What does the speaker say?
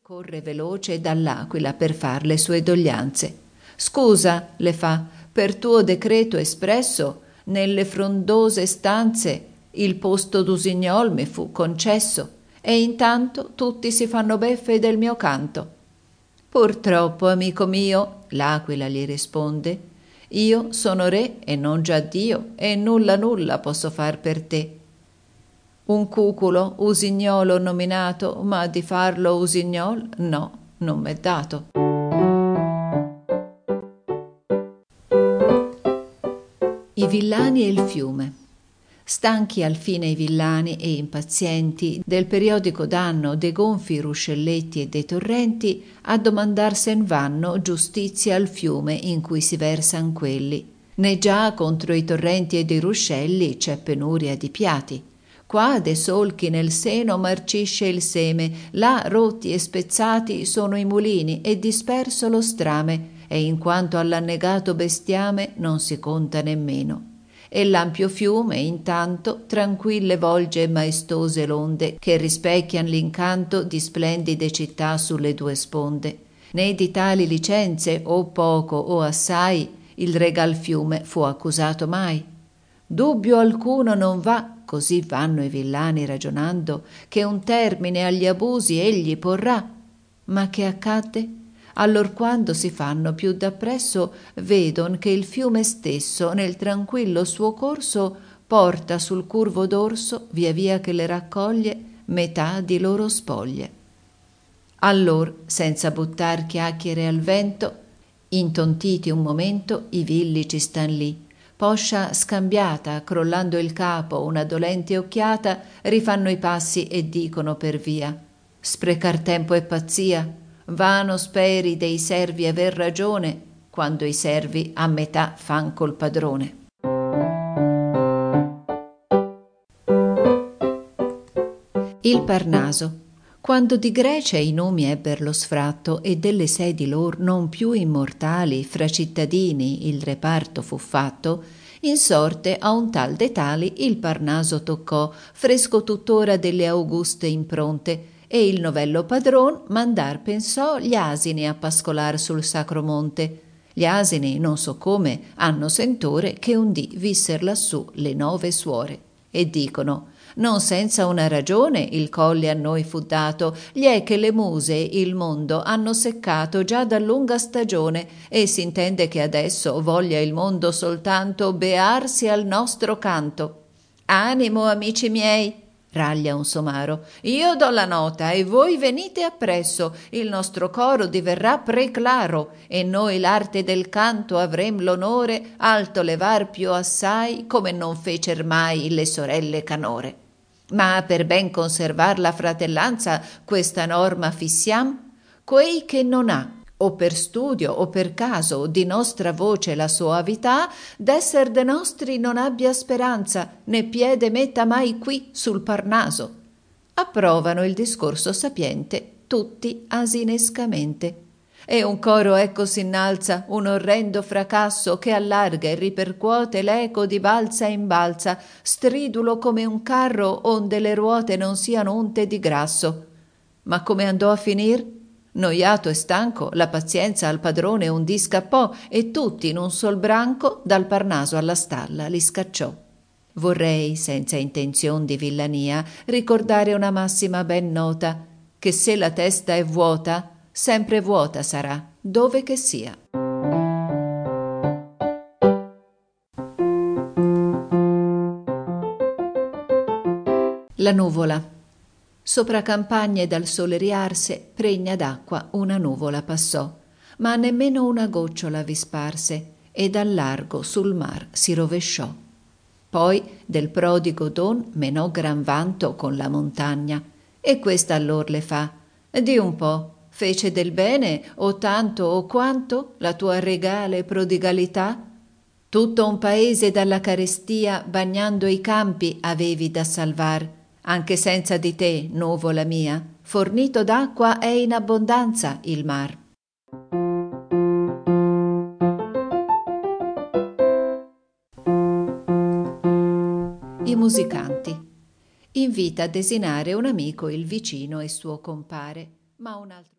corre veloce dall'Aquila per far le sue doglianze. Scusa, le fa, per tuo decreto espresso, nelle frondose stanze il posto d'usignol mi fu concesso, e intanto tutti si fanno beffe del mio canto. Purtroppo, amico mio, l'Aquila gli risponde, io sono re e non già Dio, e nulla posso far per te. Un cuculo usignolo nominato, ma di farlo usignol no, non m'è dato. I villani e il fiume. Stanchi alfine i villani e impazienti del periodico danno dei gonfi ruscelletti e dei torrenti, a domandarsen vanno giustizia al fiume in cui si versan quelli. Né già contro i torrenti ed i ruscelli c'è penuria di piati. Qua de solchi nel seno marcisce il seme, là rotti e spezzati sono i mulini e disperso lo strame, e in quanto all'annegato bestiame non si conta nemmeno. E l'ampio fiume intanto tranquille volge maestose l'onde che rispecchian l'incanto di splendide città sulle due sponde. Né di tali licenze o poco o assai il regal fiume fu accusato mai. Dubbio alcuno non va, così vanno i villani ragionando, che un termine agli abusi egli porrà. Ma che accadde? Allorquando si fanno più dappresso, vedon che il fiume stesso nel tranquillo suo corso porta sul curvo dorso, via via che le raccoglie, metà di loro spoglie. Allor, senza buttar chiacchiere al vento, intontiti un momento, i villici stan lì. Poscia scambiata, crollando il capo, una dolente occhiata, rifanno i passi e dicono per via: sprecar tempo è pazzia, vano speri dei servi aver ragione, quando i servi a metà fan col padrone. Il Parnaso. Quando di Grecia i nomi ebber lo sfratto e delle sedi lor non più immortali fra cittadini il reparto fu fatto, in sorte a un tal de tali il Parnaso toccò, fresco tuttora delle auguste impronte, e il novello padron mandar pensò gli asini a pascolar sul sacro monte. Gli asini, non so come, hanno sentore che un dì visser lassù le 9 suore, e dicono: non senza una ragione il colle a noi fu dato, gli è che le muse il mondo hanno seccato già da lunga stagione, e s'intende che adesso voglia il mondo soltanto bearsi al nostro canto. Animo, amici miei, raglia un somaro, io do la nota e voi venite appresso, il nostro coro diverrà preclaro, e noi l'arte del canto avrem l'onore alto levar più assai, come non fecer mai le sorelle canore. Ma per ben conservar la fratellanza questa norma fissiam, quei che non ha o per studio o per caso di nostra voce la soavità, d'esser de nostri non abbia speranza, né piede metta mai qui sul Parnaso. Approvano il discorso sapiente tutti asinescamente. E un coro ecco s'innalza, un orrendo fracasso che allarga e ripercuote l'eco di balza in balza, stridulo come un carro onde le ruote non siano unte di grasso. Ma come andò a finir? Noiato e stanco, la pazienza al padrone un dì scappò, e tutti in un sol branco dal Parnaso alla stalla li scacciò. Vorrei, senza intenzion di villania, ricordare una massima ben nota, che se la testa è vuota, sempre vuota sarà, dove che sia. La nuvola. Sopra campagne dal sole riarse, pregna d'acqua una nuvola passò, ma nemmeno una gocciola vi sparse, e dal largo sul mar si rovesciò. Poi del prodigo don menò gran vanto con la montagna, e questa allor le fa: di un po', fece del bene o tanto o quanto la tua regale prodigalità? Tutto un paese dalla carestia bagnando i campi avevi da salvar, anche senza di te, nuvola mia, fornito d'acqua è in abbondanza il mar. I musicanti. Invita a desinare un amico il vicino e suo compare, ma un altro